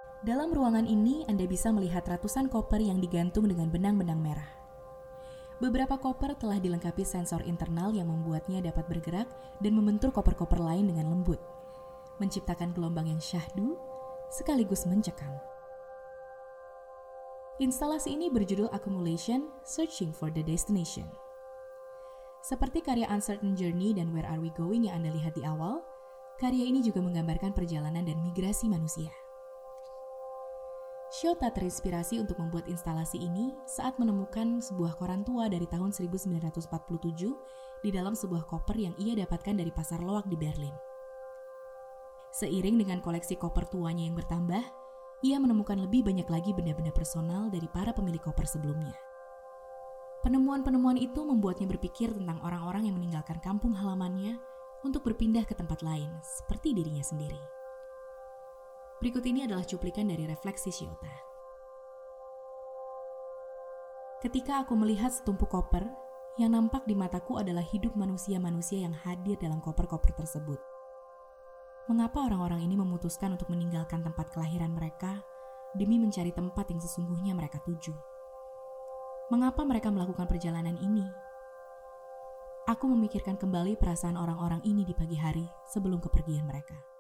Dalam ruangan ini, Anda bisa melihat ratusan koper yang digantung dengan benang-benang merah. Beberapa koper telah dilengkapi sensor internal yang membuatnya dapat bergerak dan membentur koper-koper lain dengan lembut, menciptakan gelombang yang syahdu sekaligus mencekam. Instalasi ini berjudul Accumulation: Searching for the Destination. Seperti karya Uncertain Journey dan Where Are We Going yang Anda lihat di awal, karya ini juga menggambarkan perjalanan dan migrasi manusia. Shiota terinspirasi untuk membuat instalasi ini saat menemukan sebuah koran tua dari tahun 1947 di dalam sebuah koper yang ia dapatkan dari pasar loak di Berlin. Seiring dengan koleksi koper tuanya yang bertambah, ia menemukan lebih banyak lagi benda-benda personal dari para pemilik koper sebelumnya. Penemuan-penemuan itu membuatnya berpikir tentang orang-orang yang meninggalkan kampung halamannya untuk berpindah ke tempat lain, seperti dirinya sendiri. Berikut ini adalah cuplikan dari refleksi Shiota. Ketika aku melihat setumpuk koper, yang nampak di mataku adalah hidup manusia-manusia yang hadir dalam koper-koper tersebut. Mengapa orang-orang ini memutuskan untuk meninggalkan tempat kelahiran mereka demi mencari tempat yang sesungguhnya mereka tuju? Mengapa mereka melakukan perjalanan ini? Aku memikirkan kembali perasaan orang-orang ini di pagi hari sebelum kepergian mereka.